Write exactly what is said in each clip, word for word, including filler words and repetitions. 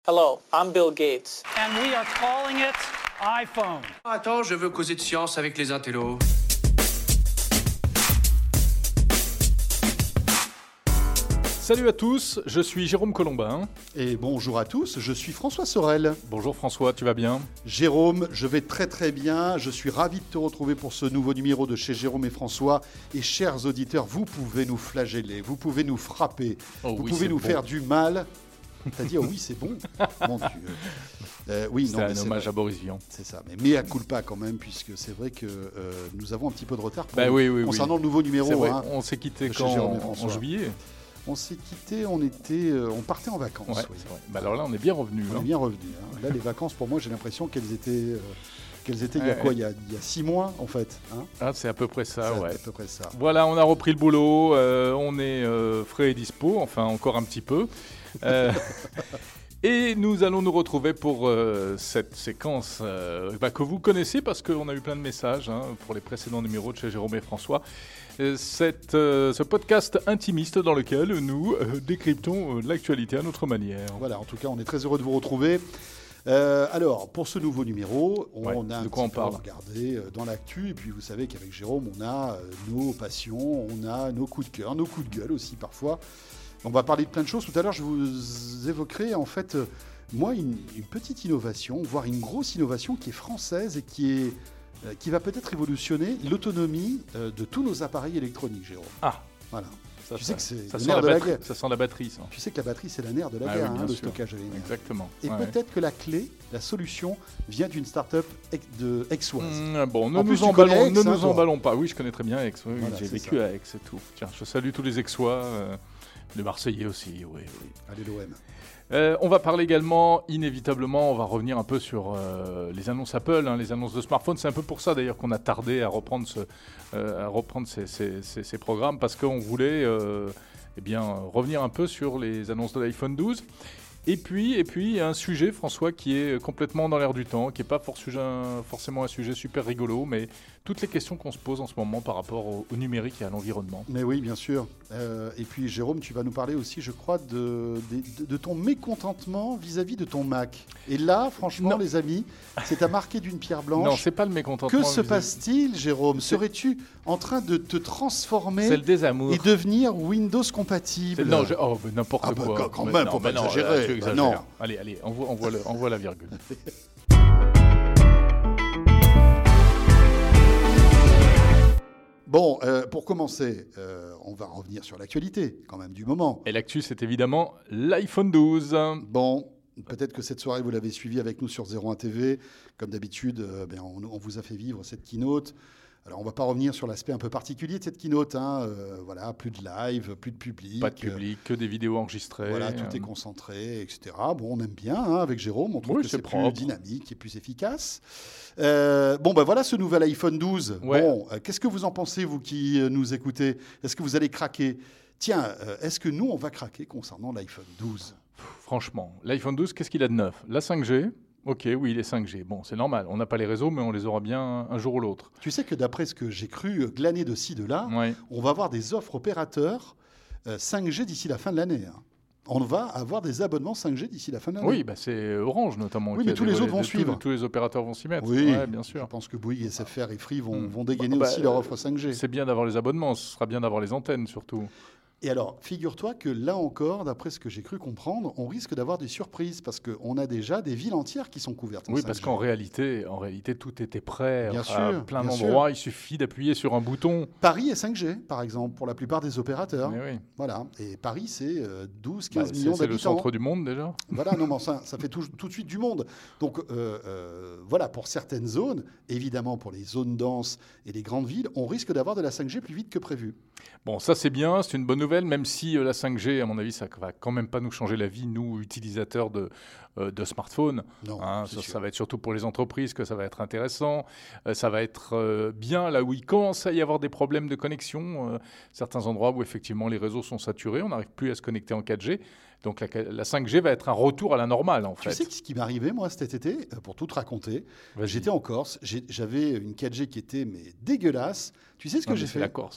Hello, I'm Bill Gates. And we are calling it iPhone. Attends, je veux causer de science avec les intellos. Salut à tous, je suis Jérôme Colombin. Et bonjour à tous, je suis François Sorel. Bonjour François, tu vas bien ? Jérôme, je vais très très bien. Je suis ravi de te retrouver pour ce nouveau numéro de chez Jérôme et François. Et chers auditeurs, vous pouvez nous flageller, vous pouvez nous frapper, oh, vous oui, pouvez nous bon. faire du mal. T'as dit, oh oui, c'est bon. Mon Dieu. Euh, oui, c'est non, un mais hommage c'est à Boris Vian. C'est ça, mais mea culpa quand même, puisque c'est vrai que euh, nous avons un petit peu de retard pour, bah, oui, oui, concernant oui. le nouveau numéro. C'est vrai, hein, on s'est quitté de chez quand Jérôme et en, François. en juillet. On s'est quitté, on était, euh, on partait en vacances. Ouais, oui. c'est vrai. Bah, alors là, on est bien revenu. On hein. est bien revenu. Hein. Là, les vacances, pour moi, j'ai l'impression qu'elles étaient, euh, qu'elles étaient il y a Ouais, quoi ouais. il y a, il y a six mois, en fait. Hein. Ah, c'est à peu près ça, C'est ouais. à peu près ça. Voilà, on a repris le boulot, euh, on est euh, frais et dispo, enfin encore un petit peu. Euh, et nous allons nous retrouver pour euh, cette séquence euh, bah, que vous connaissez parce qu'on a eu plein de messages hein, pour les précédents numéros de chez Jérôme et François. Euh, cette, euh, ce podcast intimiste dans lequel nous euh, décryptons euh, l'actualité à notre manière. Voilà, en tout cas, on est très heureux de vous retrouver. Euh, alors, pour ce nouveau numéro, on Ouais, a un de quoi petit on peu parle regardé euh, dans l'actu. Et puis, vous savez qu'avec Jérôme, on a euh, nos passions, on a nos coups de cœur, nos coups de gueule aussi parfois. On va parler de plein de choses. Tout à l'heure, je vous évoquerai en fait, euh, moi, une, une petite innovation, voire une grosse innovation qui est française et qui, est, euh, qui va peut-être révolutionner l'autonomie euh, de tous nos appareils électroniques, Jérôme. Ah, Voilà. ça, Tu ça, sais que c'est ça, le sent nerf la de la batterie, guerre. ça sent la batterie, ça. Tu sais que la batterie, c'est la nerf de la Ah guerre, oui, bien hein, le sûr. stockage de l'énergie. Exactement. Et Ouais. peut-être que la clé, la solution, vient d'une start-up ex- de Aixoise. Mmh, bon, ne En plus, nous, tu emballons, connais Aix, ne hein, nous toi. emballons pas. Oui, je connais très bien Aix. Oui, oui, Voilà, j'ai c'est vécu ça. à Aix et tout. Tiens, je salue tous les Aixois, euh, les Marseillais aussi. Oui, oui. Allez, l'O M. Euh, on va parler également, inévitablement, on va revenir un peu sur euh, les annonces Apple, hein, les annonces de smartphones. C'est un peu pour ça d'ailleurs qu'on a tardé à reprendre, ce, euh, à reprendre ces, ces, ces, ces programmes parce qu'on voulait euh, eh bien, revenir un peu sur les annonces de l'iPhone douze. Et puis, et puis, il y a un sujet, François, qui est complètement dans l'air du temps, qui n'est pas for- sujet- forcément un sujet super rigolo, mais toutes les questions qu'on se pose en ce moment par rapport au, au numérique et à l'environnement. Mais oui, bien sûr. Euh, et puis, Jérôme, tu vas nous parler aussi, je crois, de, de, de ton mécontentement vis-à-vis de ton Mac. Et là, franchement, Non. les amis, c'est à marquer d'une pierre blanche. Non, c'est pas le mécontentement. Que se vis-à-vis- passe-t-il, Jérôme? C'est- Serais-tu en train de te transformer C'est le désamour. et devenir Windows compatible? C'est- Non, je- oh, mais n'importe Ah bah, quoi. quand- quand Mais même, non, faut pas mais non, exagérer. là, tu Bah exagères. non. Allez, allez, envoie, envoie, le, envoie la virgule. Bon, euh, pour commencer, euh, on va revenir sur l'actualité, quand même, du moment. Et l'actu, c'est évidemment l'iPhone douze. Bon, peut-être que cette soirée, vous l'avez suivi avec nous sur zéro un T V. Comme d'habitude, euh, ben, on, on vous a fait vivre cette keynote. Alors, on ne va pas revenir sur l'aspect un peu particulier de cette keynote. Hein. Euh, voilà, plus de live, plus de public. Pas de public, que des vidéos enregistrées. Voilà, tout Euh, est concentré, et cetera. Bon, on aime bien hein, avec Jérôme. On trouve Oui, que c'est c'est plus propre. dynamique et plus efficace. Euh, bon, ben voilà ce nouvel iPhone douze. Ouais. Bon, euh, qu'est-ce que vous en pensez, vous qui euh, nous écoutez? Est-ce que vous allez craquer? Tiens, euh, est-ce que nous, on va craquer concernant l'iPhone douze? Franchement, l'iPhone douze, qu'est-ce qu'il a de neuf? La cinq G. Ok, oui, les cinq G. Bon, c'est normal. On n'a pas les réseaux, mais on les aura bien un jour ou l'autre. Tu sais que d'après ce que j'ai cru glaner de ci, de là, Ouais. on va avoir des offres opérateurs euh, cinq G d'ici la fin de l'année. hein. On va avoir des abonnements cinq G d'ici la fin de l'année. Oui, bah c'est Orange notamment. Oui, qui mais a tous les dévoilé- autres vont tous- suivre. Tous les opérateurs vont s'y mettre. Oui, Ouais, bien je sûr. pense que Bouygues, S F R et Free vont, Hmm. vont dégainer Bah, aussi leur euh, offre cinq G. C'est bien d'avoir les abonnements. Ce sera bien d'avoir les antennes surtout. Et alors, figure-toi que là encore, d'après ce que j'ai cru comprendre, on risque d'avoir des surprises parce qu'on a déjà des villes entières qui sont couvertes. en Oui, cinq G. parce qu'en réalité, en réalité, tout était prêt. Bien à sûr, plein bien d'endroits. Il suffit d'appuyer sur un bouton. Paris est cinq G, par exemple, pour la plupart des opérateurs. Mais oui. Voilà. Et Paris, c'est euh, douze, Bah, quinze c'est millions c'est le d'habitants. centre du monde déjà. Voilà, non, mais ça, ça fait tout, tout de suite du monde. Donc, euh, euh, voilà, pour certaines zones, évidemment, pour les zones denses et les grandes villes, on risque d'avoir de la cinq G plus vite que prévu. Bon, ça c'est bien, c'est une bonne nouvelle, même si euh, la cinq G, à mon avis, ça va quand même pas nous changer la vie, nous, utilisateurs de, euh, de smartphones. Non, Hein, c'est ça, sûr. ça va être surtout pour les entreprises que ça va être intéressant. Euh, ça va être euh, bien là où il commence à y avoir des problèmes de connexion. euh, certains endroits où effectivement les réseaux sont saturés, on n'arrive plus à se connecter en quatre G. Donc la, la cinq G va être un retour à la normale en Tu fait. sais ce qui m'est arrivé, moi, cet été, euh, pour tout te raconter? Vas-y. J'étais en Corse, j'ai- j'avais une quatre G qui était mais dégueulasse. Tu sais ce que Ah, mais j'ai c'est fait? la Corse. Hein.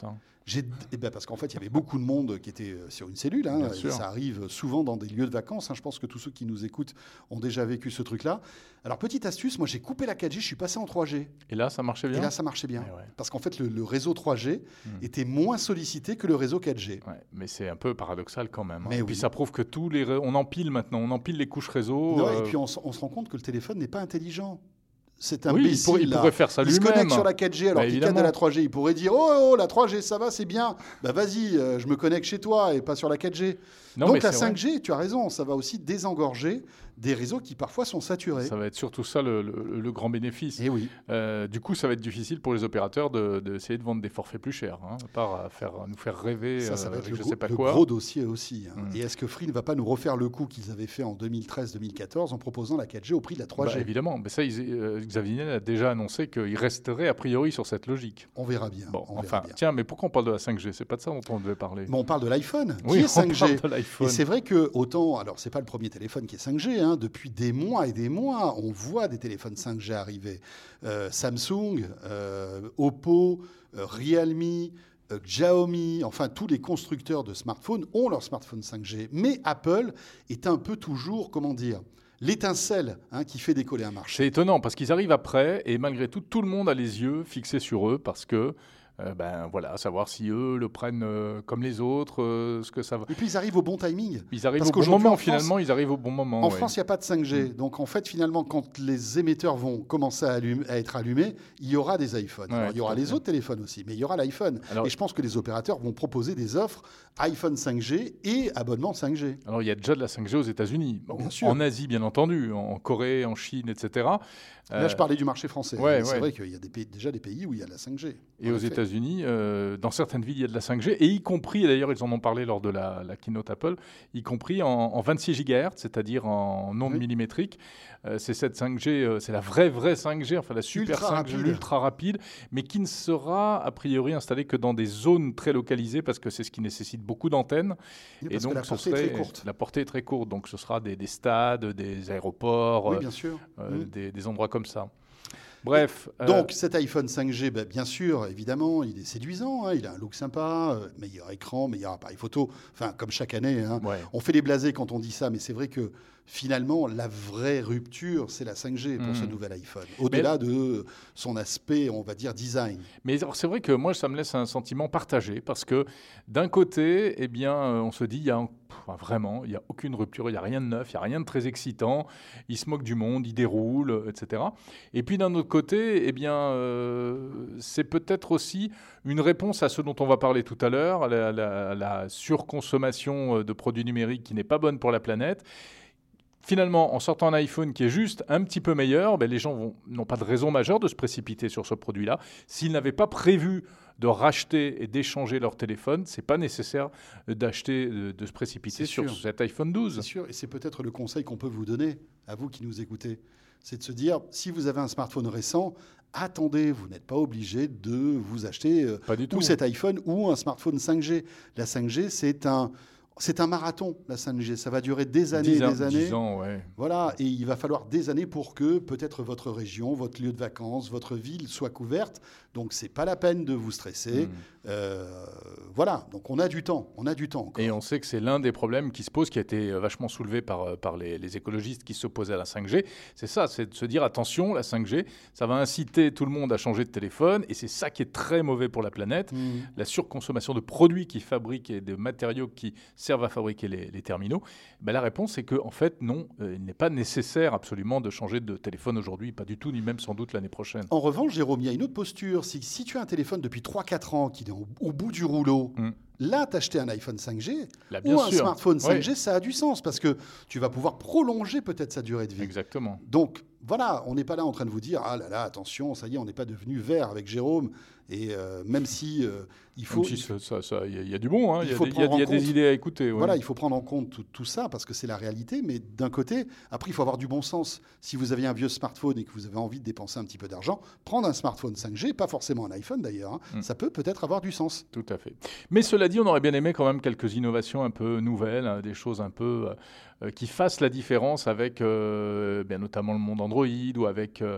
J'ai, eh ben parce qu'en fait, il y avait beaucoup de monde qui était euh, sur une cellule. Hein, Bien et sûr. ça arrive souvent dans des lieux de vacances. Hein. Je pense que tous ceux qui nous écoutent ont déjà vécu ce truc-là. Alors, petite astuce, moi, j'ai coupé la quatre G, je suis passé en trois G. Et là, ça marchait bien. Et là, ça marchait bien. Eh ouais. Parce qu'en fait, le, le réseau trois G Hmm. était moins sollicité que le réseau quatre G. Ouais, mais c'est un peu paradoxal quand même. hein. Mais Et oui. puis ça prouve que tous les, ré- on empile maintenant, on empile les couches réseau. Non, euh, Et puis, on, s- on se rend compte que le téléphone n'est pas intelligent. C'est oui, imbécile. il, pourrait, il là. pourrait faire ça Il se lui-même. connecte sur la quatre G alors Bah, qu'il cadre évidemment. de la trois G. Il pourrait dire oh, oh, la trois G, ça va, c'est bien. Bah vas-y, euh, je me connecte chez toi et pas sur la quatre G. Non, Donc mais la c'est vrai. cinq G, tu as raison, ça va aussi désengorger des réseaux qui parfois sont saturés. Ça va être surtout ça le, le- le grand bénéfice. Et oui. Euh, du coup, ça va être difficile pour les opérateurs de- d'essayer de, vendre des forfaits plus chers, hein, à part à faire, à nous faire rêver Ça, ça euh, va être avec le, je gros, sais pas le quoi. gros dossier aussi. hein. Mm. Et est-ce que Free ne va pas nous refaire le coup qu'ils avaient fait en deux mille treize deux mille quatorze en proposant la quatre G au prix de la trois G? Bah, évidemment, mais ça, ils- euh, Xavier Niel a déjà annoncé qu'il resterait a priori sur cette logique. On verra bien. Bon, on enfin, verra bien. tiens, mais pourquoi on parle de la cinq G? C'est pas de ça dont on devait parler. Mais on parle de l'iPhone, Oui, qui est on cinq G. parle de Et l'iPhone. c'est vrai que autant, alors c'est pas le premier téléphone qui est cinq G, hein, depuis des mois et des mois, on voit des téléphones cinq G arriver. Euh, Samsung, euh, Oppo, euh, Realme, euh, Xiaomi, enfin tous les constructeurs de smartphones ont leur smartphone cinq G. Mais Apple est un peu toujours, comment dire, l'étincelle hein, qui fait décoller un marché. C'est étonnant parce qu'ils arrivent après et malgré tout, tout le monde a les yeux fixés sur eux parce que, euh, ben voilà, savoir si eux le prennent euh, comme les autres, euh, ce que ça va. Et puis ils arrivent au bon timing. Ils arrivent Parce au bon qu'aujourd'hui, moment, en France- finalement, ils arrivent au bon moment. En ouais. France, il n'y a pas de cinq G. Donc, en fait, finalement, quand les émetteurs vont commencer à, allumer- à être allumés, il y aura des iPhones. Ouais, Alors, il y tout aura à les fait. autres téléphones aussi, mais il y aura l'iPhone. Alors- Et je pense que les opérateurs vont proposer des offres iPhone cinq G et abonnement cinq G. Alors, il y a déjà de la cinq G aux États-Unis, Bon, Bien sûr. en Asie, bien entendu, en Corée, en Chine, et cetera. Là, Euh, je parlais du marché français. ouais, Mais c'est ouais. vrai qu'il y a des pays- déjà des pays où il y a de la cinq G. Et En aux effet. États-Unis, euh, dans certaines villes, il y a de la cinq G, et y compris, et d'ailleurs, ils en ont parlé lors de la, la keynote Apple, y compris en, en vingt-six gigahertz, c'est-à-dire en ondes Oui. millimétriques. Euh, c'est cette cinq G, euh, c'est la vraie, vraie cinq G, enfin la super Ultra cinq G, rapide. ultra rapide, mais qui ne sera a priori installée que dans des zones très localisées, parce que c'est ce qui nécessite beaucoup d'antennes. Oui, et parce donc, que la ce portée est serait- très courte. La portée est très courte, donc ce sera des, des stades, des aéroports, Oui, euh, bien sûr. euh, Mm. des, des endroits comme ça. Bref. euh, Donc cet iPhone cinq G, ben, bien sûr, évidemment, il est séduisant, hein, il a un look sympa, euh, meilleur écran, meilleur appareil photo, enfin comme chaque année. hein. ouais. On fait les blasés quand on dit ça, mais c'est vrai que finalement, la vraie rupture, c'est la cinq G pour Mhm. ce nouvel iPhone. Au-delà de son aspect, on va dire, design. Mais alors, c'est vrai que moi, ça me laisse un sentiment partagé parce que d'un côté, eh bien, euh, on se dit, il y a un- pff, vraiment, il n'y a aucune rupture, il n'y a rien de neuf, il n'y a rien de très excitant. Il se moque du monde, il déroule, euh, et cetera. Et puis d'un autre côté, eh bien, euh, c'est peut-être aussi une réponse à ce dont on va parler tout à l'heure, la, la- la surconsommation euh, de produits numériques qui n'est pas bonne pour la planète. Finalement, en sortant un iPhone qui est juste un petit peu meilleur, ben, les gens vont- n'ont pas de raison majeure de se précipiter sur ce produit-là. S'ils n'avaient pas prévu de racheter et d'échanger leur téléphone, c'est pas nécessaire d'acheter, de, de se précipiter C'est sur sûr. cet iPhone douze. C'est sûr, et c'est peut-être le conseil qu'on peut vous donner, à vous qui nous écoutez. C'est de se dire, si vous avez un smartphone récent, attendez, vous n'êtes pas obligé de vous acheter euh, Pas du tout. ou cet iPhone ou un smartphone cinq G. La cinq G, c'est un, c'est un marathon, la cinq G. Ça va durer des années dix et ans, des années. dix ans, ouais. Voilà, et il va falloir des années pour que peut-être votre région, votre lieu de vacances, votre ville soit couverte. Donc, c'est pas la peine de vous stresser. Mm. Euh, voilà, donc on a du temps, on a du temps encore. Et on sait que c'est l'un des problèmes qui se pose, qui a été euh, vachement soulevé par, euh, par les, les écologistes qui s'opposaient à la cinq G. C'est ça, c'est de se dire, attention, la cinq G, ça va inciter tout le monde à changer de téléphone, et c'est ça qui est très mauvais pour la planète. Mm. La surconsommation de produits qui fabriquent et de matériaux qui servent à fabriquer les, les terminaux, ben la réponse c'est que en fait non, euh, il n'est pas nécessaire absolument de changer de téléphone aujourd'hui, pas du tout, ni même sans doute l'année prochaine. En revanche, Jérôme, il y a une autre posture. Si, si tu as un téléphone depuis trois quatre ans qui est au, au bout du rouleau, Mm. là, t'acheter un iPhone cinq G Là, bien ou un sûr. smartphone cinq G, Ouais. ça a du sens parce que tu vas pouvoir prolonger peut-être sa durée de vie. Exactement. Donc voilà, on n'est pas là en train de vous dire ah là là, attention, ça y est, on n'est pas devenu vert avec Jérôme. Et euh, même si euh, il faut, Même si ça- ça- ça- il y, a- il y a du bon, hein, il il y a, faut des, il y a- prendre il y a en des compte- idées à écouter. ouais. voilà, il faut prendre en compte tout, tout ça parce que c'est la réalité. Mais d'un côté, après, il faut avoir du bon sens. Si vous aviez un vieux smartphone et que vous avez envie de dépenser un petit peu d'argent, prendre un smartphone cinq G, pas forcément un iPhone d'ailleurs, hein, Mm. ça peut peut-être avoir du sens. Tout à fait. Mais cela dit, on aurait bien aimé quand même quelques innovations un peu nouvelles, hein, des choses un peu euh, euh, qui fassent la différence avec, euh, bien notamment le monde Android ou avec, euh,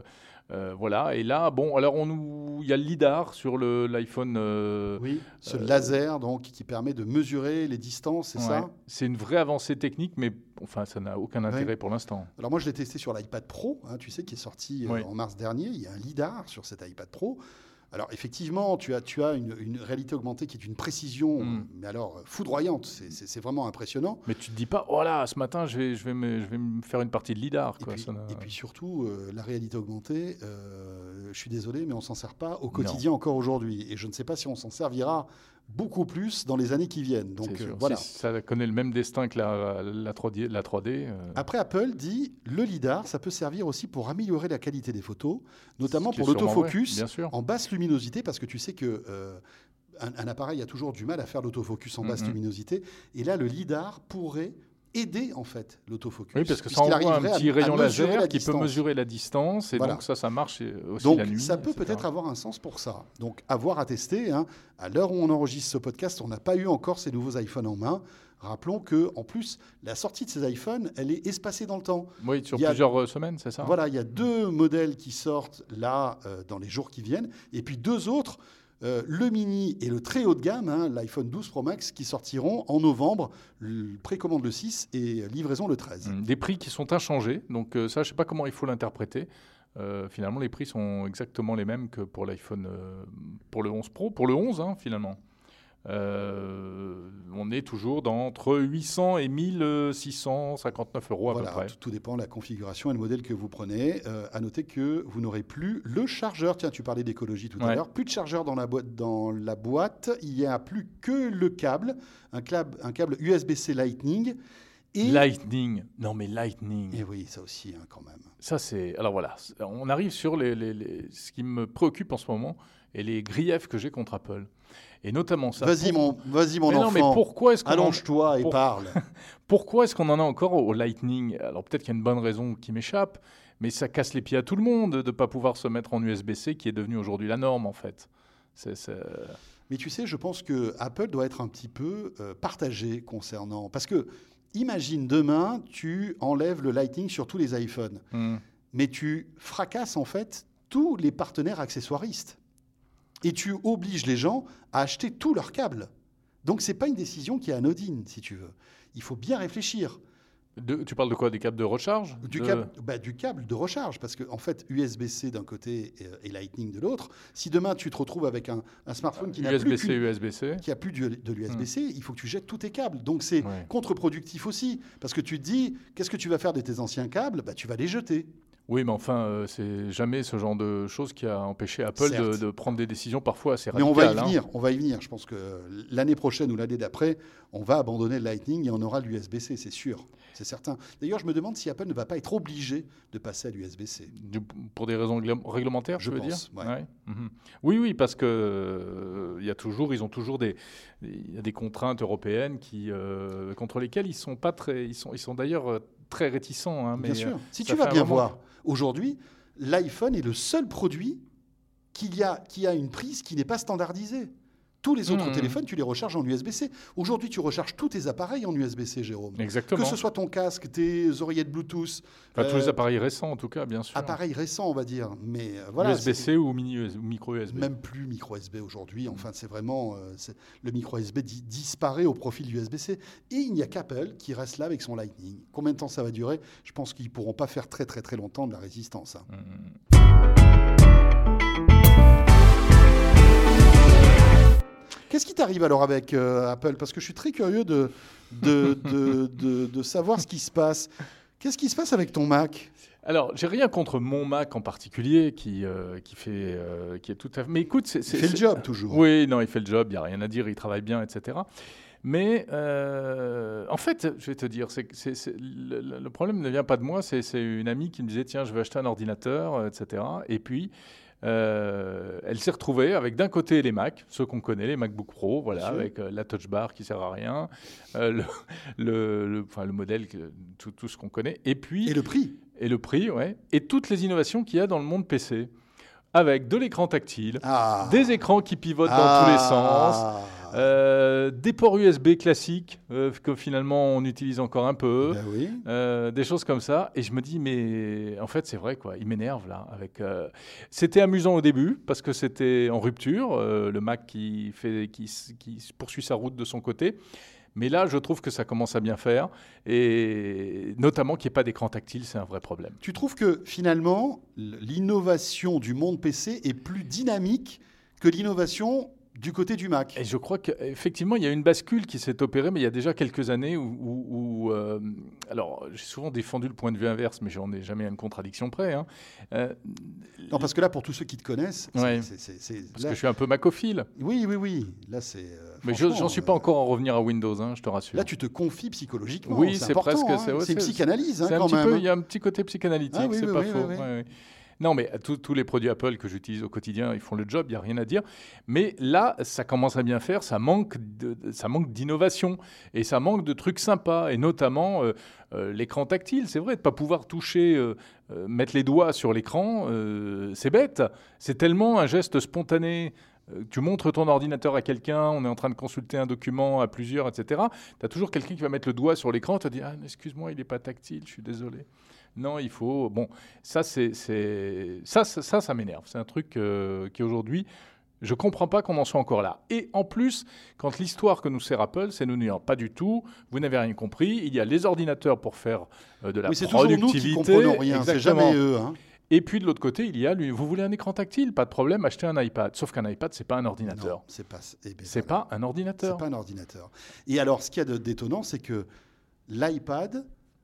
Euh, voilà. Et là, bon, alors on nous, il y a le lidar sur le, l'iPhone. Euh, Oui, ce euh, laser donc, qui permet de mesurer les distances, c'est ouais. ça? C'est une vraie avancée technique, mais enfin, ça n'a aucun intérêt Ouais. pour l'instant. Alors moi, je l'ai testé sur l'iPad Pro, hein, tu sais, qui est sorti euh, Oui. en mars dernier. Il y a un lidar sur cet iPad Pro. Alors effectivement, tu as, tu as une, une réalité augmentée qui est une précision, Mm. mais alors foudroyante. C'est, c'est, c'est vraiment impressionnant. Mais tu te dis pas, oh là, ce matin, je vais, je vais, me, je vais me faire une partie de lidar. Et Quoi. puis, Ça n'a- et puis surtout, euh, la réalité augmentée, euh, je suis désolé, mais on s'en sert pas au quotidien encore aujourd'hui. Et je ne sais pas si on s'en servira beaucoup plus dans les années qui viennent. Donc C'est euh, sûr. voilà. Si ça connaît le même destin que la, la trois D. La trois D euh, Après, Apple dit le lidar, ça peut servir aussi pour améliorer la qualité des photos, notamment Ce qui est pour sûrement l'autofocus vrai, bien sûr. en basse luminosité, parce que tu sais que euh, un, un appareil a toujours du mal à faire l'autofocus en basse Mhm. luminosité, et là, le lidar pourrait aider en fait l'autofocus. Oui, parce que ça puisqu'il envoie un arriverait à- petit à rayon mesurer laser la qui peut distance. mesurer la distance, et Voilà. donc ça, ça marche aussi Donc, la nuit. ça peut et cetera. peut-être avoir un sens pour ça. Donc, avoir à tester. Hein. À l'heure où on enregistre ce podcast, on n'a pas eu encore ces nouveaux iPhones en main. Rappelons que, en plus, la sortie de ces iPhones, elle est espacée dans le temps. Oui, sur il y a- plusieurs euh, semaines, c'est ça? Voilà, il y a deux modèles qui sortent là euh, dans les jours qui viennent, et puis deux autres, euh, le mini et le très haut de gamme, hein, l'iPhone douze Pro Max, qui sortiront en novembre, le- précommande le six et livraison le treize. Hum, Des prix qui sont inchangés, donc euh, ça, je ne sais pas comment il faut l'interpréter. Euh, finalement, les prix sont exactement les mêmes que pour l'iPhone, euh, pour le onze Pro, pour le onze, hein, finalement. Euh, on est toujours dans entre huit cents et mille six cent cinquante-neuf euros à Voilà, peu près. tout, tout dépend de la configuration et le modèle que vous prenez. Euh, à noter que vous n'aurez plus le chargeur. Tiens, tu parlais d'écologie tout à Ouais. l'heure. Plus de chargeur dans la boîte. Dans la boîte, il n'y a plus que le câble, un câble, un câble U S B-C Lightning. Et... Lightning, non mais Lightning, Et oui, ça aussi, hein, quand même. ça c'est... Alors voilà, c'est- on arrive sur les, les- les- ce qui me préoccupe en ce moment et les griefs que j'ai contre Apple. Et notamment ça. Vas-y, pour- mon, vas-y, mon mais enfant. non, mais pourquoi est-ce qu'on en- Allonge-toi et pour- parle. Pourquoi est-ce qu'on en a encore au Lightning? Alors peut-être qu'il y a une bonne raison qui m'échappe, mais ça casse les pieds à tout le monde de ne pas pouvoir se mettre en U S B-C, qui est devenu aujourd'hui la norme en fait. C'est, c'est- Mais tu sais, je pense que Apple doit être un petit peu euh, partagé concernant. Parce que, imagine demain, tu enlèves le Lightning sur tous les iPhones, Hmm. mais tu fracasses en fait tous les partenaires accessoiristes. Et tu obliges les gens à acheter tous leurs câbles. Donc, ce n'est pas une décision qui est anodine, si tu veux. Il faut bien réfléchir. De- tu parles de quoi? Des câbles de recharge? Du, De- câble, bah, du câble de recharge, parce qu'en en fait, U S B-C d'un côté et, et Lightning de l'autre, si demain tu te retrouves avec un, un smartphone qui n'a plus U S B-C, qu'une- U S B-C. qui a plus du- de l'U S B-C, il faut que tu jettes tous tes câbles. Donc c'est Ouais. contre-productif aussi, parce que tu te dis, qu'est-ce que tu vas faire de tes anciens câbles? Bah, tu vas les jeter. Oui, mais enfin, euh, c'est jamais ce genre de choses qui a empêché Apple de, Certes. de prendre des décisions parfois assez Mais radicales. on va y hein. venir, on va y venir. Je pense que l'année prochaine ou l'année d'après, on va abandonner le Lightning et on aura l'U S B-C, c'est sûr, c'est certain. D'ailleurs, je me demande si Apple ne va pas être obligé de passer à l'U S B-C. Du- pour des raisons glé- réglementaires, Je tu veux pense, dire? ouais. Mhm. Oui, oui, parce que euh, il y a toujours, ils ont toujours des, il y a des contraintes européennes qui, euh, contre lesquelles ils sont pas très, ils sont, ils sont d'ailleurs euh, très réticents. hein, mais, Bien sûr. euh, Si ça tu vas fait un bien moment- voir, aujourd'hui, l'iPhone est le seul produit qu'il y a, qui a une prise qui n'est pas standardisée. Tous les autres Mmh. téléphones, tu les recharges en U S B-C. Aujourd'hui, tu recharges tous tes appareils en U S B-C, Jérôme. Exactement. Que ce soit ton casque, tes oreillettes Bluetooth, Enfin, tous les euh, appareils récents, en tout cas, bien sûr. appareils récents, on va dire. Mais euh, voilà, U S c'est- B-C ou mini U S B, micro U S B. même plus micro U S B aujourd'hui. Enfin, c'est vraiment euh, c'est- le micro U S B di- disparaît au profit du U S B-C. Et il n'y a qu'Apple qui reste là avec son Lightning. Combien de temps ça va durer? Je pense qu'ils pourront pas faire très très très longtemps de la résistance. hein. Mhm. Qu'est-ce qui t'arrive alors avec euh, Apple? Parce que je suis très curieux de, de, de, de- de savoir ce qui se passe. Qu'est-ce qui se passe avec ton Mac? Alors, j'ai rien contre mon Mac en particulier, qui, euh, qui fait, euh, qui est tout à fait. Mais écoute, c'est, Il c'est- fait le c'est- job toujours. Oui, non, il fait le job, il n'y a rien à dire, il travaille bien, et cetera. Mais euh, en fait, je vais te dire, c'est, que c'est, c'est- le, le- le problème ne vient pas de moi, c'est, c'est une amie qui me disait, tiens, je vais acheter un ordinateur, euh, et cetera. Et puis, euh, elle s'est retrouvée avec d'un côté les Mac, ceux qu'on connaît, les MacBook Pro, voilà, Bien sûr. avec euh, la Touch Bar qui sert à rien, euh, le, le, le- enfin, le modèle, que- tout, tout ce qu'on connaît, et puis Et le prix? et le prix, ouais, et toutes les innovations qu'il y a dans le monde P C, avec de l'écran tactile, Ah. des écrans qui pivotent dans tous les sens. Ah. Euh, des ports U S B classiques euh, que finalement on utilise encore un peu. Ben oui. Euh, des choses comme ça. Et je me dis, mais en fait, c'est vrai, quoi. Il m'énerve, là. Avec, euh... C'était amusant au début, parce que c'était en rupture. Euh, le Mac qui, fait, qui, qui poursuit sa route de son côté. Mais là, je trouve que ça commence à bien faire. Et notamment qu'il n'y ait pas d'écran tactile, c'est un vrai problème. Tu trouves que finalement, l'innovation du monde P C est plus dynamique que l'innovation du côté du Mac? Et je crois qu'effectivement, il y a une bascule qui s'est opérée, mais il y a déjà quelques années où... où, où euh, alors, j'ai souvent défendu le point de vue inverse, mais j'en ai jamais à une contradiction près. Hein. Euh, non, parce que là, pour tous ceux qui te connaissent... Ouais. c'est, c'est, c'est, parce là... que je suis un peu macophile. Oui, oui, oui. Là, c'est... Euh, mais je n'en suis pas euh... encore à revenir à Windows, hein, je te rassure. Là, tu te confies psychologiquement. Oui, c'est, c'est important, presque... hein. C'est, ouais, c'est une c'est, psychanalyse, hein, c'est quand un petit même. Peu, il y a un petit côté psychanalytique, ah, oui, c'est oui, pas oui, faux. Oui, oui. Ouais, ouais. Non, mais tous les produits Apple que j'utilise au quotidien, ils font le job, il n'y a rien à dire. Mais là, ça commence à bien faire, ça manque, de, ça manque d'innovation et ça manque de trucs sympas, et notamment euh, euh, l'écran tactile. C'est vrai, de ne pas pouvoir toucher, euh, euh, mettre les doigts sur l'écran, euh, c'est bête. C'est tellement un geste spontané. Tu montres ton ordinateur à quelqu'un, on est en train de consulter un document à plusieurs, et cetera. Tu as toujours quelqu'un qui va mettre le doigt sur l'écran, tu vas dire ah, « excuse-moi, il n'est pas tactile, je suis désolé ». Non, il faut... Bon, ça, c'est, c'est... ça, ça, ça, ça m'énerve. C'est un truc euh, qui, aujourd'hui, je ne comprends pas qu'on en soit encore là. Et en plus, quand l'histoire que nous sert Apple, c'est nous dire pas du tout, vous n'avez rien compris, il y a les ordinateurs pour faire euh, de la oui, c'est productivité. C'est toujours nous qui comprenons rien, exactement. C'est jamais eux. Hein. Et puis de l'autre côté, il y a, lui, vous voulez un écran tactile, pas de problème, achetez un iPad. Sauf qu'un iPad, c'est pas un ordinateur. Non, c'est pas, eh ben, c'est voilà. pas un ordinateur. C'est pas un ordinateur. Et alors, ce qu'il y a de d'étonnant, c'est que l'iPad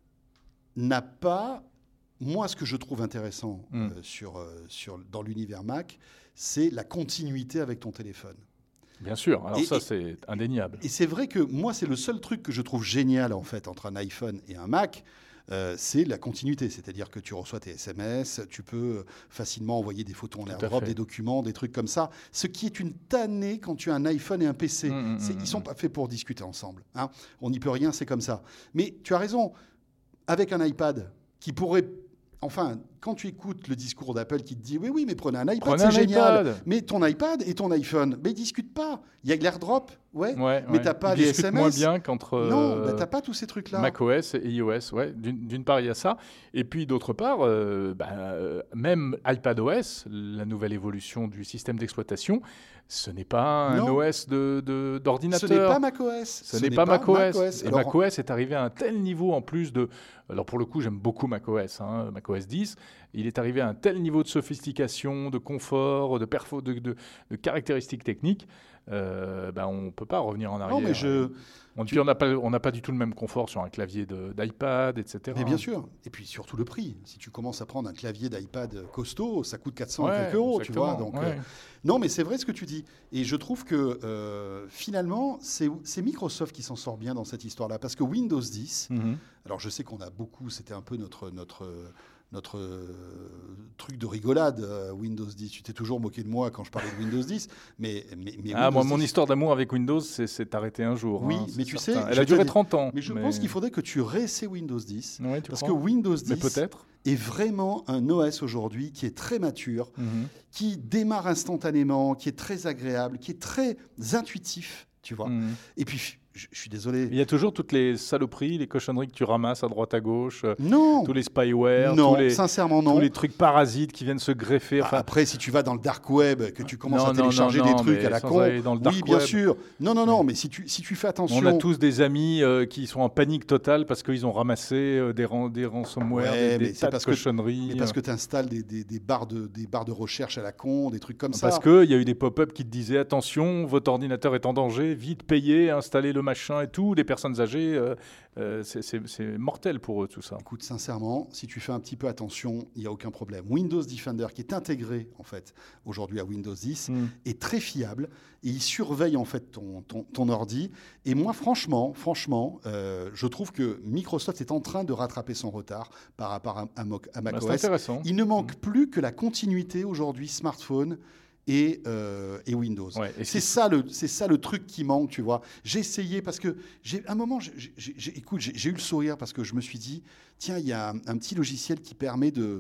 n'a pas... Moi, ce que je trouve intéressant mm. euh, sur, euh, sur, dans l'univers Mac, c'est la continuité avec ton téléphone. Bien sûr, alors et, ça, et, c'est indéniable. Et c'est vrai que moi, c'est le seul truc que je trouve génial, en fait, entre un iPhone et un Mac, euh, c'est la continuité. C'est-à-dire que tu reçois tes S M S, tu peux facilement envoyer des photos en AirDrop, des documents, des trucs comme ça. Ce qui est une tannée quand tu as un iPhone et un P C. Mm, mm, c'est, mm, ils ne sont mm. pas faits pour discuter ensemble. Hein. On n'y peut rien, c'est comme ça. Mais tu as raison, avec un iPad qui pourrait... Enfin, quand tu écoutes le discours d'Apple qui te dit « Oui, oui, mais prenez un iPad, prenez c'est un génial. iPad. » Mais ton iPad et ton iPhone, mais ils ne discutent pas. Il y a l'AirDrop, ouais, ouais mais ouais. tu n'as pas ils les S M S. moins bien qu'entre... Euh, non, bah, tu n'as pas tous ces trucs-là. macOS et iOS, ouais. D'une, d'une part, il y a ça. Et puis, d'autre part, euh, bah, euh, même iPadOS, la nouvelle évolution du système d'exploitation, ce n'est pas un non. O S de, de, d'ordinateur. Ce n'est pas macOS. Ce, ce n'est, n'est pas, pas macOS. macOS. Et alors, macOS est arrivé à un tel niveau en plus de... Alors, pour le coup, j'aime beaucoup macOS, hein, macOS dix. Il est arrivé à un tel niveau de sophistication, de confort, de, perfo, de, de, de caractéristiques techniques, euh, ben on ne peut pas revenir en arrière. Non, mais je... On, tu... on n'a pas, on n'a pas du tout le même confort sur un clavier de, d'iPad, et cetera. Mais bien sûr. Et puis surtout le prix. Si tu commences à prendre un clavier d'iPad costaud, ça coûte quatre cents ouais, quelques euros, exactement. tu vois. Donc, ouais. euh... Non, mais c'est vrai ce que tu dis. Et je trouve que euh, finalement, c'est, c'est Microsoft qui s'en sort bien dans cette histoire-là. Parce que Windows dix, mm-hmm. alors je sais qu'on a beaucoup, c'était un peu notre... notre notre euh, truc de rigolade, euh, Windows dix. Tu t'es toujours moqué de moi quand je parlais de Windows dix. Mais, mais, mais ah, moi, dix... mon histoire d'amour avec Windows c'est, c'est arrêté un jour. Oui, hein, mais tu certain. sais... Elle a duré trente ans. Mais je mais... pense qu'il faudrait que tu réessaies Windows dix. Ouais, tu parce crois que Windows dix mais peut-être. est vraiment un O S aujourd'hui qui est très mature, mm-hmm. qui démarre instantanément, qui est très agréable, qui est très intuitif, tu vois. Mm-hmm. Et puis... Je, je suis désolé. Il y a toujours toutes les saloperies, les cochonneries que tu ramasses à droite à gauche. Non. Tous les spyware. Non, tous les, sincèrement non. Tous les trucs parasites qui viennent se greffer. Bah, enfin... Après, si tu vas dans le dark web, que tu commences non, à télécharger non, non, des trucs à la con, dans le dark oui, bien web. sûr. Non, non, non, mais si tu, si tu fais attention... On a tous des amis euh, qui sont en panique totale parce qu'ils ont ramassé euh, des, ran- des ransomware, ouais, des, des tas de cochonneries. Mais parce que tu installes des, des, des, barres de, des barres de recherche à la con, des trucs comme parce ça. Parce qu'il y a eu des pop-up qui te disaient « Attention, votre ordinateur est en danger, vite payez, installez le machin et tout. » Les personnes âgées, euh, euh, c'est, c'est, c'est mortel pour eux tout ça. Écoute, sincèrement, si tu fais un petit peu attention, il n'y a aucun problème. Windows Defender, qui est intégré en fait aujourd'hui à Windows dix, mm. est très fiable et il surveille en fait ton, ton, ton ordi. Et moi, franchement, franchement, euh, je trouve que Microsoft est en train de rattraper son retard par rapport à, à, à macOS. Bah, c'est intéressant. Il ne manque mm. plus que la continuité aujourd'hui smartphone. Et, euh, et Windows. Ouais, et c'est, ça le, c'est ça le truc qui manque, tu vois. J'ai essayé parce que, j'ai, à un moment, j'ai, j'ai, écoute, j'ai, j'ai eu le sourire parce que je me suis dit, tiens, il y a un, un petit logiciel qui permet de,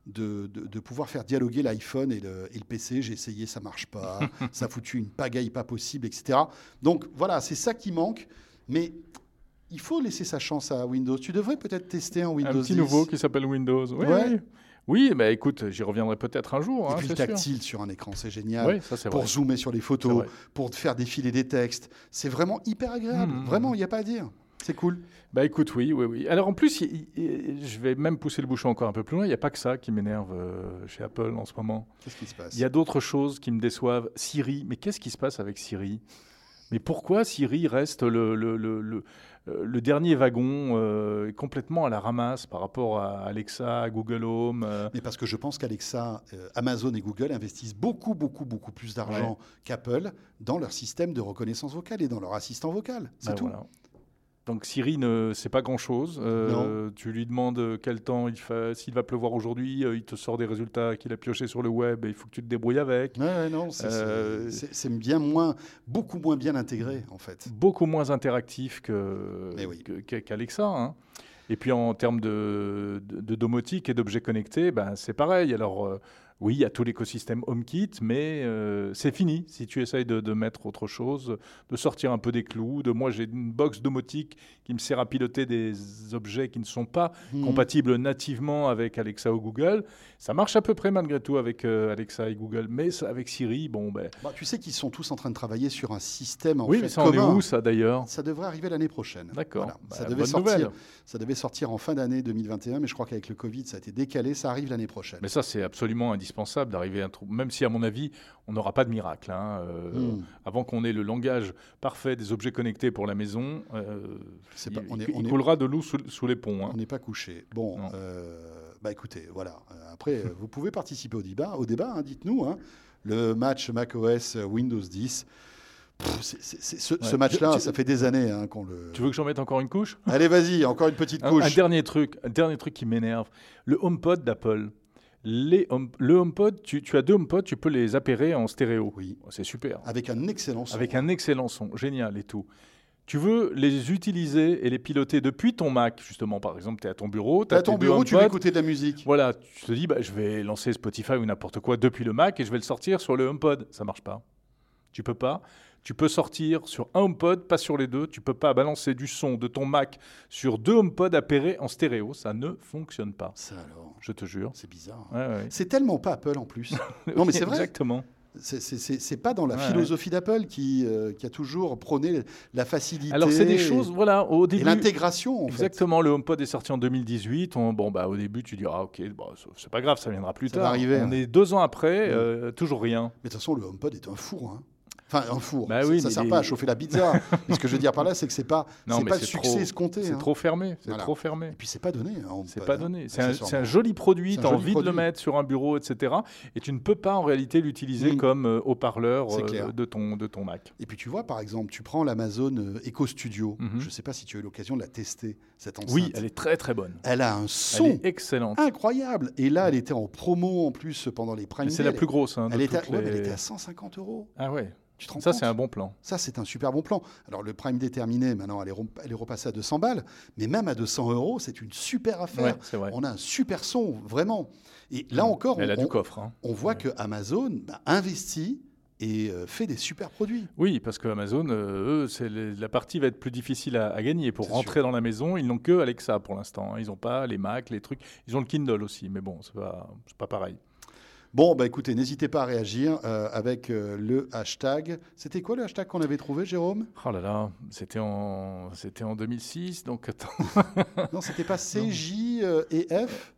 de, de, de pouvoir faire dialoguer l'iPhone et le, et le P C. J'ai essayé, ça marche pas, ça a foutu une pagaille pas possible, et cetera. Donc voilà, c'est ça qui manque. Mais il faut laisser sa chance à Windows. Tu devrais peut-être tester un Windows Un petit dix. nouveau qui s'appelle Windows. Oui, Ouais. oui. Oui, bah, écoute, j'y reviendrai peut-être un jour. Et hein, puis le c'est sûr. tactile sur un écran, c'est génial. Oui, ça c'est Pour vrai. zoomer sur les C'est photos, vrai. pour te faire défiler des textes. C'est vraiment hyper agréable. Mmh. Vraiment, il n'y a pas à dire. C'est cool. Bah écoute, oui, oui, oui. Alors en plus, il- il- je vais même pousser le bouchon encore un peu plus loin. Il n'y a pas que ça qui m'énerve euh, chez Apple en ce moment. Qu'est-ce qui se passe? Il y a d'autres choses qui me déçoivent. Siri, mais qu'est-ce qui se passe avec Siri? Mais pourquoi Siri reste le, le, le, le, euh, le dernier wagon euh, complètement à la ramasse par rapport à Alexa, à Google Home euh, Mais parce que je pense qu'Alexa, euh, Amazon et Google investissent beaucoup, beaucoup, beaucoup plus d'argent qu'Apple dans leur système de reconnaissance vocale et dans leur assistant vocal. C'est bah tout. voilà. Donc Siri ne sait pas grand-chose. Euh, tu lui demandes quel temps il fait, s'il va pleuvoir aujourd'hui, euh, il te sort des résultats qu'il a piochés sur le web et il faut que tu te débrouilles avec. Ouais, ouais, non, c'est Euh, c'est- c'est bien moins, beaucoup moins bien intégré en fait. Beaucoup moins interactif que, Mais oui. que- qu'à- qu'Alexa. hein. Et puis en termes de, de, de domotique et d'objets connectés, ben, c'est pareil. Alors euh, oui, il y a tout l'écosystème HomeKit, mais euh, c'est fini. Si tu essayes de, de mettre autre chose, de sortir un peu des clous, de moi j'ai une box domotique qui me sert à piloter des objets qui ne sont pas Hmm. compatibles nativement avec Alexa ou Google. Ça marche à peu près malgré tout avec euh, Alexa et Google, mais ça, avec Siri, bon ben... Bah, tu sais qu'ils sont tous en train de travailler sur un système en oui, fait, mais ça en est commun. où ça d'ailleurs? Ça devrait arriver l'année prochaine. D'accord. Voilà. Bah, ça, devait bonne sortir, nouvelle. ça devait sortir en fin d'année deux mille vingt et un, mais je crois qu'avec le Covid, ça a été décalé. Ça arrive l'année prochaine. Mais ça, c'est absolument indispensable d'arriver à un trou. Même si, à mon avis, on n'aura pas de miracle. hein. Euh, Hmm. Avant qu'on ait le langage parfait des objets connectés pour la maison, euh, C'est il, pas- on est- il- on il est- coulera de l'eau sous, sous les ponts. hein. On n'est pas couché. Bon, Non. euh, bah écoutez, voilà. Euh, Après, euh, vous pouvez participer au débat. Au débat, hein, dites-nous. hein. Le match macOS Windows dix. Pff, c'est- c'est- c'est- ce, ce Ouais. match-là, Tu- ça fait des années hein, qu'on le. Tu veux que j'en mette encore une couche? Allez, vas-y, encore une petite un, couche. un dernier truc, un dernier truc qui m'énerve. Le HomePod d'Apple. Les home- le HomePod, tu, tu as deux HomePod, tu peux les appairer en stéréo. Oui. C'est super. Avec un excellent son. Avec un excellent son, génial et tout. Tu veux les utiliser et les piloter depuis ton Mac, justement. Par exemple, tu es à ton bureau, tu T'as ton bureau, tu veux écouter de la musique. Voilà, tu te dis, bah, je vais lancer Spotify ou n'importe quoi depuis le Mac et je vais le sortir sur le HomePod. Ça marche pas. Tu peux pas. Tu peux sortir sur un HomePod, pas sur les deux. Tu peux pas balancer du son de ton Mac sur deux HomePod appairés en stéréo. Ça ne fonctionne pas. Ça alors, Je te jure. c'est bizarre. Ouais, ouais. C'est tellement pas Apple en plus. Non, mais c'est vrai. Exactement. C'est- C'est c'est- c'est pas dans la Ouais, philosophie d'Apple qui, euh, qui a toujours prôné la facilité. Alors, c'est des et- choses, voilà, au Et début. l'intégration, en fait. Exactement, le HomePod est sorti en deux mille dix-huit. On- bon, bah, au début, tu dis, ah, ok, bon, c'est- c'est pas grave, ça viendra plus Ça va tard. arriver, On hein. est deux ans après, Mm. euh, toujours rien. Mais de toute façon, le HomePod est un four. hein. Enfin, un four. Bah ça oui, ça mais sert les- pas à chauffer la pizza. Mais ce que je veux dire par là, c'est que c'est pas, Non, c'est mais pas le c'est succès trop- escompté. C'est hein. trop fermé, c'est Voilà. trop fermé. Et puis c'est pas donné. un HomePod, C'est pas hein, donné. C'est un, accessoirement. c'est un joli produit, C'est un tu as joli envie de le produit. mettre sur un bureau, et cetera. Et tu ne peux pas en réalité l'utiliser Mm. comme euh, haut-parleur C'est euh, clair. de, ton, de ton Mac. Et puis tu vois, par exemple, tu prends l'Amazon euh, Echo Studio. Mhm. Je sais pas si tu as eu l'occasion de la tester, cette enceinte. Oui, elle est très très bonne. Elle a un Elle son est excellente. incroyable. Et là, elle était en promo en plus pendant les Prime Mais c'est Day. la plus grosse. hein, de Elle était, à, toutes ouais, mais elle les- était à cent cinquante euros. Ah ouais, Tu te rends ça compte c'est un bon plan. Ça, c'est un super bon plan. Alors, le Prime Day terminé, maintenant, elle est, rem- elle est repassée à deux cents balles. Mais même à deux cents euros, c'est une super affaire. Ouais, c'est vrai. On a un super son, vraiment. Et là encore, Elle a on, du coffre. hein. on voit que Amazon bah, investit et euh, fait des super produits. Oui, parce que Amazon, euh, eux, c'est les- la partie va être plus difficile à, à gagner. Pour C'est rentrer dans la maison, ils n'ont que Alexa pour l'instant. hein. Ils n'ont pas les Mac, les trucs. Ils ont le Kindle aussi, mais bon, c'est pas, c'est pas pareil. Bon, bah écoutez, n'hésitez pas à réagir euh, avec euh, le hashtag. C'était quoi le hashtag qu'on avait trouvé, Jérôme? Oh là là, c'était en, c'était en deux mille six, donc attends. Non, c'était pas C J euh, et F.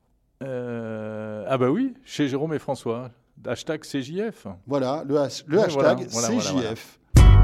Euh, ah bah oui, chez Jérôme et François. Hashtag C J F. Voilà, le, has- le Ouais, hashtag voilà, voilà, C J F.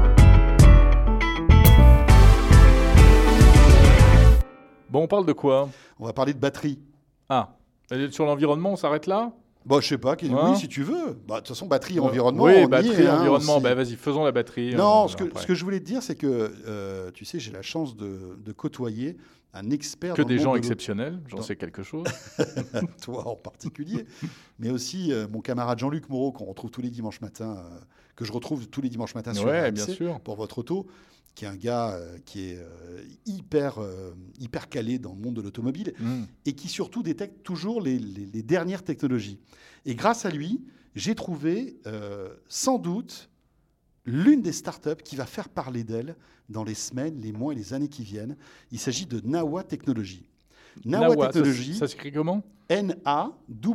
Bon, on parle de quoi? On va parler de batterie. Ah, et sur l'environnement, on s'arrête là? Bon, je sais pas, qui- Hein oui, si tu veux. Bah, de toute façon, batterie et environnement. Oui, on y batterie, est, hein, environnement. aussi. Bah vas-y, faisons la batterie. Non, euh, ce que, après. ce que je voulais te dire, c'est que, euh, tu sais, j'ai la chance de, de côtoyer un expert Que dans le des monde gens de l'au- exceptionnels, j'en Dans- sais quelque chose. toi en particulier, mais aussi euh, mon camarade Jean-Luc Moreau, qu'on retrouve tous les dimanches matins, euh, que je retrouve tous les dimanches matins sur Ouais, R M C bien sûr. pour votre auto. qui est un gars euh, qui est euh, hyper, euh, hyper calé dans le monde de l'automobile Mmh. et qui surtout détecte toujours les, les- les dernières technologies. Et grâce à lui, j'ai trouvé euh, sans doute l'une des startups qui va faire parler d'elle dans les semaines, les mois et les années qui viennent. Il s'agit de Nawa Technologies. Nawa, Nawa, ça, Technologies, ça s'écrit comment? N A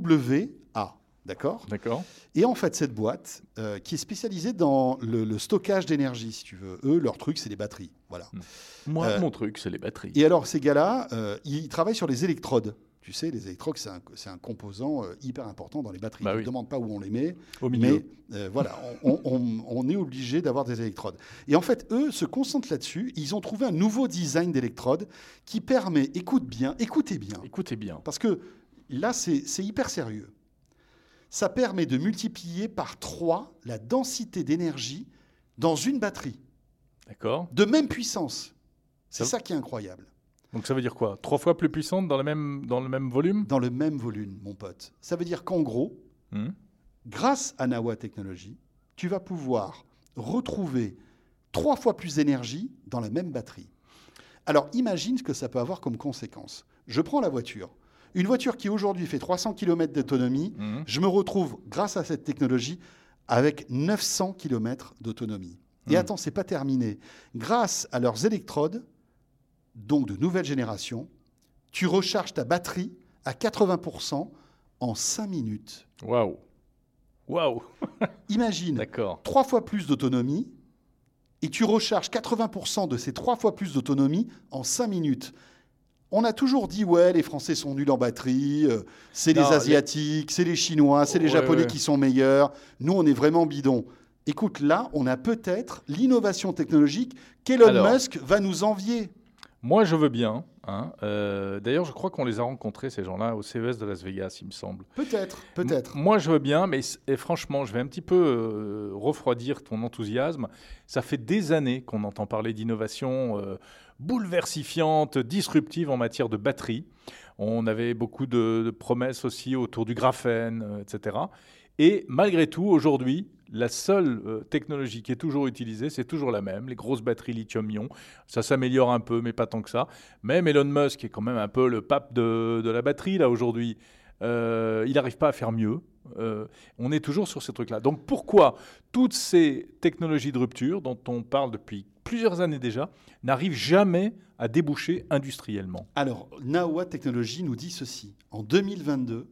W A, d'accord? D'accord. Et en fait, cette boîte, euh, qui est spécialisée dans le, le stockage d'énergie, si tu veux. Eux, leur truc, c'est les batteries. Voilà. Moi, Euh, mon truc, c'est les batteries. Et alors, ces gars-là, euh, ils travaillent sur les électrodes. Tu sais, les électrodes, c'est un, c'est un composant euh, hyper important dans les batteries. Bah Je ne oui. demande pas où on les met, Au milieu. mais euh, voilà, on, on- on est obligé d'avoir des électrodes. Et en fait, eux se concentrent là-dessus. Ils ont trouvé un nouveau design d'électrode qui permet, écoute bien, écoutez bien, Écoutez bien. parce que là, c'est c'est hyper sérieux. Ça permet de multiplier par trois la densité d'énergie dans une batterie, D'accord. de même puissance. C'est Ça- ça qui est incroyable. Donc ça veut dire quoi? Trois fois plus puissante dans le même, dans le même volume? Dans le même volume, mon pote. Ça veut dire qu'en gros, Mmh. grâce à Nawa Technologies, tu vas pouvoir retrouver trois fois plus d'énergie dans la même batterie. Alors imagine ce que ça peut avoir comme conséquence. Je prends la voiture. Une voiture qui aujourd'hui fait trois cents kilomètres d'autonomie, Mmh. je me retrouve, grâce à cette technologie, avec neuf cents kilomètres d'autonomie. Et Mmh. attends, c'est pas terminé. Grâce à leurs électrodes, donc de nouvelle génération, tu recharges ta batterie à quatre-vingts pour cent en cinq minutes. Waouh. Waouh. Imagine, D'accord. trois fois plus d'autonomie et tu recharges quatre-vingts pour cent de ces trois fois plus d'autonomie en cinq minutes. On a toujours dit, ouais, les Français sont nuls en batterie, euh, c'est les Non, les- Asiatiques, c'est les Chinois, c'est les Ouais, Japonais ouais. qui sont meilleurs. Nous, on est vraiment bidons. Écoute, là, on a peut-être l'innovation technologique qu'Elon Alors. Musk va nous envier. Moi, je veux bien. hein. Euh, D'ailleurs, je crois qu'on les a rencontrés, ces gens-là, au C E S de Las Vegas, il me semble. Peut-être, peut-être. M- Moi, je veux bien, mais c- et franchement, je vais un petit peu euh, refroidir ton enthousiasme. Ça fait des années qu'on entend parler d'innovation euh, bouleversifiante, disruptive en matière de batterie. On avait beaucoup de, de promesses aussi autour du graphène, euh, et cetera. Et malgré tout, aujourd'hui, la seule euh, technologie qui est toujours utilisée, c'est toujours la même, les grosses batteries lithium-ion. Ça s'améliore un peu, mais pas tant que ça. Même Elon Musk, qui est quand même un peu le pape de, de la batterie, là, aujourd'hui, euh, il n'arrive pas à faire mieux. Euh, on est toujours sur ces trucs-là. Donc pourquoi toutes ces technologies de rupture, dont on parle depuis plusieurs années déjà, n'arrivent jamais à déboucher industriellement? Alors, Nawa Technologies nous dit ceci. En deux mille vingt-deux,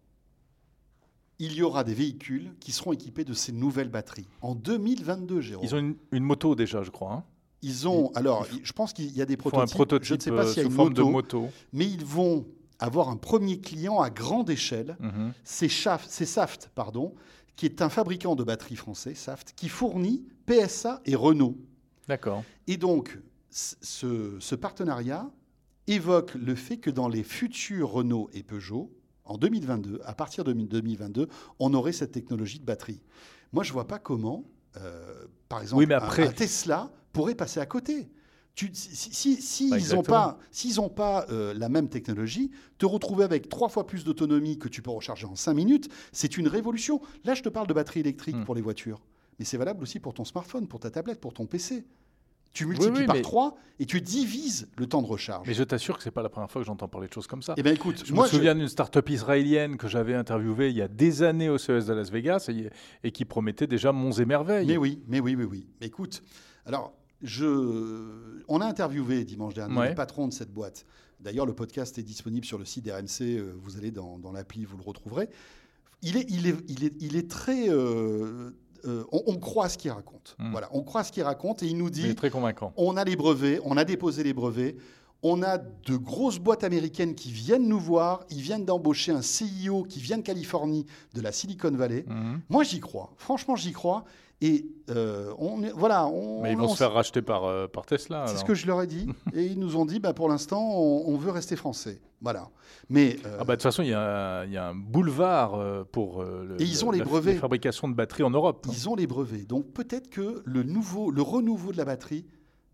il y aura des véhicules qui seront équipés de ces nouvelles batteries. En deux mille vingt-deux, Jérôme. Ils ont une, une moto déjà, je crois. hein. Ils ont, alors, je pense qu'il y a des Ils font prototypes. un prototype je ne sais pas euh, s'il y a sous une forme moto, de moto. mais ils vont avoir un premier client à grande échelle. Mhm. C'est Shaft- c'est Saft, pardon, qui est un fabricant de batteries français, Saft, qui fournit P S A et Renault. D'accord. Et donc, c- ce, ce partenariat évoque le fait que dans les futurs Renault et Peugeot, en deux mille vingt-deux, à partir de deux mille vingt-deux, on aurait cette technologie de batterie. Moi, je ne vois pas comment, euh, par exemple, Oui, mais un- après- un, Tesla pourrait passer à côté. Tu- si si, si Bah, ils n'ont exactement. pas, s'ils n'ont pas euh, la même technologie, te retrouver avec trois fois plus d'autonomie que tu peux recharger en cinq minutes, c'est une révolution. Là, je te parle de batterie électrique Hmm. pour les voitures, mais c'est valable aussi pour ton smartphone, pour ta tablette, pour ton P C. Tu multiplies oui, par mais- trois et tu divises le temps de recharge. Mais je t'assure que c'est pas la première fois que j'entends parler de choses comme ça. Eh bien, écoute, Je moi, me souviens d'une start-up israélienne que j'avais interviewée il y a des années au C E S de Las Vegas et, et qui promettait déjà monts et merveilles. Mais oui, mais oui, oui, oui. Mais écoute, alors, je... on a interviewé dimanche dernier Ouais. le patron de cette boîte. D'ailleurs, le podcast est disponible sur le site d'R M C. euh, Vous allez dans, dans l'appli, vous le retrouverez. Il est, il est, il est, il est très... euh, euh, on, on croit à ce qu'il raconte. Mm. Voilà, on croit à ce qu'il raconte et il nous Il dit... est très convaincant. On a les brevets, on a déposé les brevets. On a de grosses boîtes américaines qui viennent nous voir. Ils viennent d'embaucher un C E O qui vient de Californie, de la Silicon Valley. Mhm. Moi, j'y crois. Franchement, j'y crois. Et euh, on est, voilà. On, Mais ils vont on- se faire racheter par, euh, par Tesla. C'est alors. ce que je leur ai dit. Et ils nous ont dit, bah, pour l'instant, on, on veut rester français. Voilà. Mais euh, Ah bah, de toute façon, il y, a un- il y a un boulevard euh, pour euh, le- Et ils le- ont les la, brevets. la fabrication de batteries en Europe. ils ont les brevets. Donc peut-être que le nouveau, le renouveau de la batterie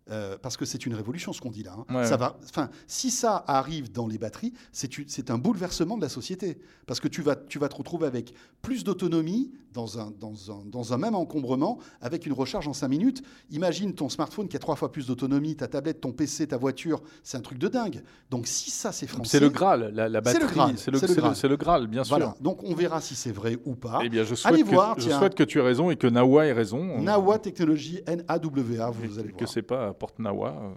Euh, parce que c'est une révolution ce qu'on dit là. Hein. Ouais, ça ouais. va, enfin, si ça arrive dans les batteries, c'est, une- c'est un bouleversement de la société. Parce que tu vas, tu vas te retrouver avec plus d'autonomie dans un, dans, un, dans un même encombrement, avec une recharge en cinq minutes. Imagine ton smartphone qui a trois fois plus d'autonomie, ta tablette, ton P C, ta voiture, c'est un truc de dingue. Donc si ça c'est français... C'est le Graal, la, la C'est le batterie. Graal, C'est le, c'est le c'est le- Graal. c'est le Graal, bien sûr. Voilà, donc on verra si c'est vrai ou pas. Eh bien, je souhaite, Allez que, voir, je tiens. souhaite que tu aies raison et que Nawa ait raison. Nawa Technologies, N A W A, vous Et allez que voir. c'est pas à Porte Nawa. euh.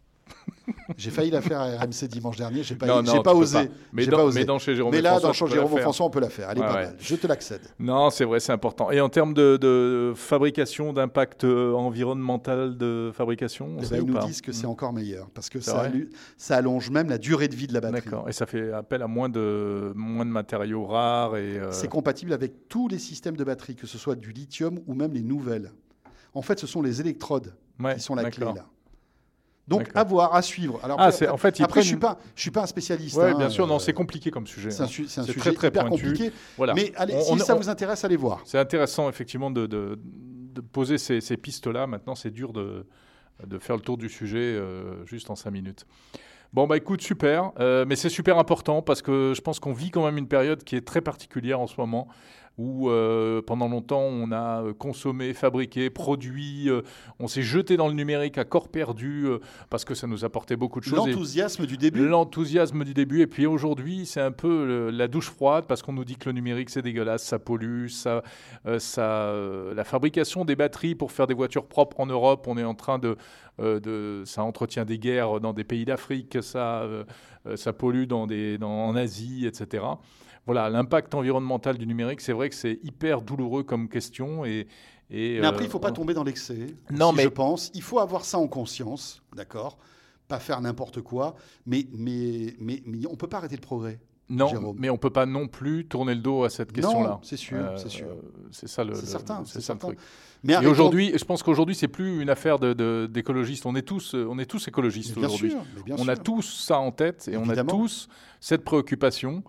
J'ai failli la faire à R M C dimanche dernier, j'ai pas, Non, non, j'ai tu pas peux osé. pas. Mais J'ai dans- pas osé. mais dans chez Jérôme Mais et là, François, dans tu chez peux la Jérôme et faire. François, on peut la faire. Elle est Ouais, pas ouais. mal. Je te l'accède. Non, c'est vrai, c'est important. Et en termes de, de fabrication, d'impact euh, environnemental de fabrication, on Eh sait ben, ou ils nous pas disent que c'est encore meilleur parce que C'est ça, vrai allu- ça allonge même la durée de vie de la batterie. D'accord. Et ça fait appel à moins de, moins de matériaux rares et. euh, C'est compatible avec tous les systèmes de batterie, que ce soit du lithium ou même les nouvelles. En fait, ce sont les électrodes ouais, qui sont la clé d'accord. là. Donc, D'accord. à voir, à suivre. Alors, Ah, après, c'est- en fait, ils après, je suis prennent- pas, je suis pas un spécialiste. Ouais, hein, bien sûr. Non, euh, c'est compliqué comme sujet. C'est un, hein. su- c'est un C'est sujet très, très hyper pointu. compliqué. Voilà. Mais allez, On- si on- ça on- vous intéresse, allez voir. C'est intéressant, effectivement, de, de, de poser ces, ces pistes-là. Maintenant, c'est dur de, de faire le tour du sujet euh, juste en cinq minutes. Bon, bah écoute, super. Euh, mais c'est super important parce que je pense qu'on vit quand même une période qui est très particulière en ce moment où euh, pendant longtemps, on a euh, consommé, fabriqué, produit, euh, on s'est jeté dans le numérique à corps perdu euh, parce que ça nous apportait beaucoup de choses. Et- L'enthousiasme du début. L'enthousiasme du début. Et puis aujourd'hui, c'est un peu le- la douche froide parce qu'on nous dit que le numérique, c'est dégueulasse, ça pollue, ça, euh, ça, euh, la fabrication des batteries pour faire des voitures propres en Europe, on est en train de... euh, de ça entretient des guerres dans des pays d'Afrique, ça, euh, euh, ça pollue dans des, dans, en Asie, et cetera. Voilà, l'impact environnemental du numérique, c'est vrai que c'est hyper douloureux comme question. Et, et, Mais après, euh, il ne faut pas on- tomber dans l'excès. Non, aussi, mais- je pense. Il faut avoir ça en conscience, d'accord. Pas faire n'importe quoi, mais, mais, mais, mais on ne peut pas arrêter le progrès. Non, Jérôme. mais on ne peut pas non plus tourner le dos à cette question-là. Non, c'est sûr, Euh, c'est sûr. euh, c'est ça le, C'est le- certain, c'est c'est ça le certain. truc. Mais Et arrêtons- aujourd'hui, je pense qu'aujourd'hui, c'est plus une affaire de, de- d'écologistes. On est tous, euh, on est tous écologistes Mais bien aujourd'hui. sûr, mais bien On sûr. a tous ça en tête et Évidemment. on a tous cette préoccupation.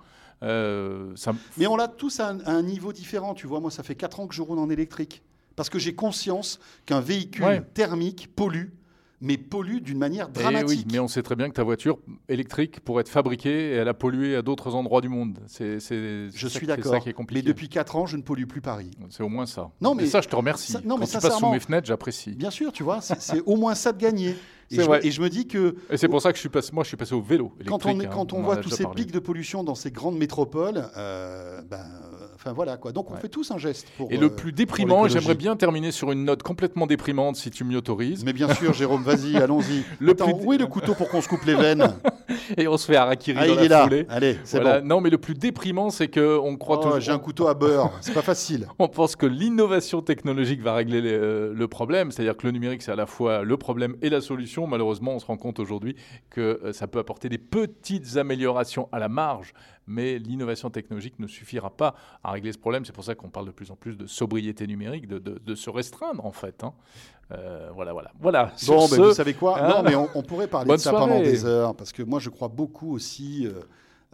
Euh, ça, Mais on l'a tous à un, à un niveau différent. Tu vois, moi, ça fait quatre ans que je roule en électrique. Parce que j'ai conscience qu'un véhicule Ouais. thermique pollue, mais pollue d'une manière Eh dramatique. oui, mais on sait très bien que ta voiture électrique, pour être fabriquée, elle a pollué à d'autres endroits du monde. C'est, c'est, Je c'est ça suis qui- c'est d'accord. ça qui est Mais compliqué. depuis quatre ans, je ne pollue plus Paris. C'est au moins ça. Non, mais- Et ça, je te remercie. Ça- non, mais Quand tu passes sous sincèrement- mes fenêtres, j'apprécie. Bien sûr, tu vois, c'est, c'est au moins ça de gagner. Et C'est je, vrai. et je me dis que Et c'est pour ça que je suis passé, moi, je suis passé au vélo électrique. quand on, est- hein. quand on, en voit a tous déjà ces parlé. pics de pollution dans ces grandes métropoles, euh, ben, euh, enfin voilà quoi. Donc on Ouais. fait tous un geste pour. Et euh, le plus pour déprimant, et l'écologie. j'aimerais bien terminer sur une note complètement déprimante, si tu m'y autorises. Mais bien sûr, Jérôme, vas-y, allons-y. Le Attends, plus- où est le couteau pour qu'on se coupe les veines? Et on se fait harakiri Ah, dans il la est là. foulée. Allez, c'est Voilà. bon. Non, mais le plus déprimant, c'est que on croit Oh, toujours. j'ai un couteau à beurre, c'est pas facile. On pense que l'innovation technologique va régler les, euh, le problème, c'est-à-dire que le numérique, c'est à la fois le problème et la solution. Malheureusement, on se rend compte aujourd'hui que euh, ça peut apporter des petites améliorations à la marge, mais l'innovation technologique ne suffira pas à régler ce problème. C'est pour ça qu'on parle de plus en plus de sobriété numérique, de, de- de se restreindre en fait. hein. Euh, voilà, voilà. Voilà. Sur Bon, ce, ben, vous savez quoi? hein, Non, mais on, on pourrait parler bonne de ça soirée. pendant des heures, parce que moi, je crois beaucoup aussi euh,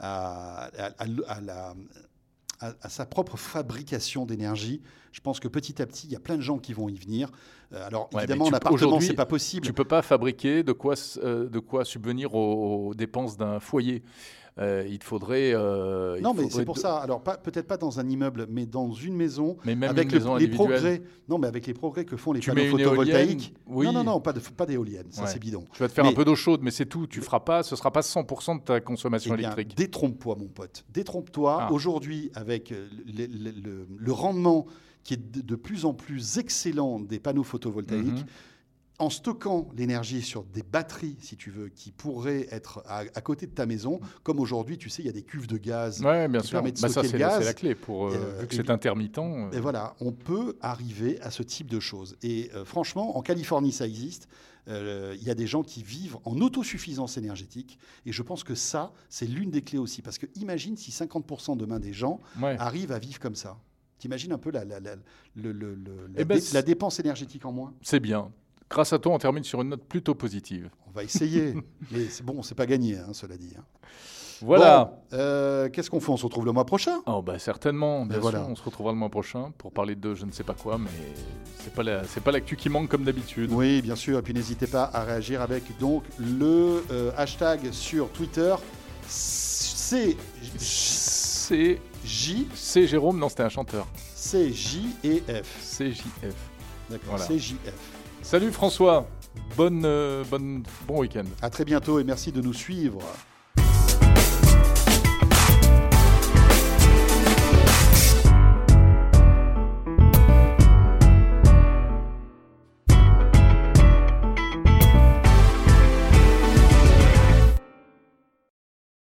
à, à- à l- à la, à, à sa propre fabrication d'énergie. Je pense que petit à petit, il y a plein de gens qui vont y venir. Euh, alors, Ouais, évidemment, mais en tu- appartement, aujourd'hui, c'est pas possible. Tu peux pas fabriquer de quoi, s- euh, de quoi subvenir aux, aux dépenses d'un foyer. Euh, il te faudrait. euh, il Non, mais faudrait c'est pour de- ça. Alors, pas- peut-être pas dans un immeuble, mais dans une maison, Mais même avec une le- maison les individuelle. progrès. Non, mais avec les progrès que font les Tu panneaux mets une photovoltaïques. éolienne, oui. Non, non, non, pas, de, pas d'éoliennes. Ça, Ouais. c'est bidon. Tu vas te faire Mais- un peu d'eau chaude, mais c'est tout. Tu feras pas, ce sera pas cent pour cent de ta consommation Eh bien, électrique. détrompe-toi, mon pote. Détrompe-toi. Ah. Aujourd'hui, avec euh, le, le- le- le rendement qui est de, de plus en plus excellent des panneaux photovoltaïques, Mhm. en stockant l'énergie sur des batteries, si tu veux, qui pourraient être à, à côté de ta maison, comme aujourd'hui, tu sais, il y a des cuves de gaz. Ouais, bien qui sûr. permet de Bah, ça, stocker c'est le la, gaz. c'est la clé pour euh, Euh, vu que et c'est bi- intermittent. euh, Et voilà, on peut arriver à ce type de choses. Et euh, franchement, en Californie, ça existe. Euh, Il y a des gens qui vivent en autosuffisance énergétique. Et je pense que ça, c'est l'une des clés aussi. Parce que imagine si cinquante pour cent demain des gens ouais. arrivent à vivre comme ça. T'imagines un peu la, la, la, le- le- le- la Eh ben, dé- c'est- la dépense énergétique en moins? C'est bien. Grâce à toi, on termine sur une note plutôt positive. On va essayer. Mais c'est bon, c'est pas gagné, hein, cela dit. hein. Voilà. Bon, euh, qu'est-ce qu'on fait? On se retrouve le mois prochain. Oh bah certainement, bien Et sûr, voilà. on se retrouvera le mois prochain pour parler de je ne sais pas quoi, mais c'est pas la, c'est pas l'actu qui manque comme d'habitude. Oui, bien sûr. Et puis n'hésitez pas à réagir avec donc le euh, hashtag sur Twitter. C C'est J c'est Jérôme, non c'était un chanteur. C J et F. C J F. D'accord. Voilà. C J F. Salut François, bonne, euh, bonne, bon week-end. À très bientôt et merci de nous suivre.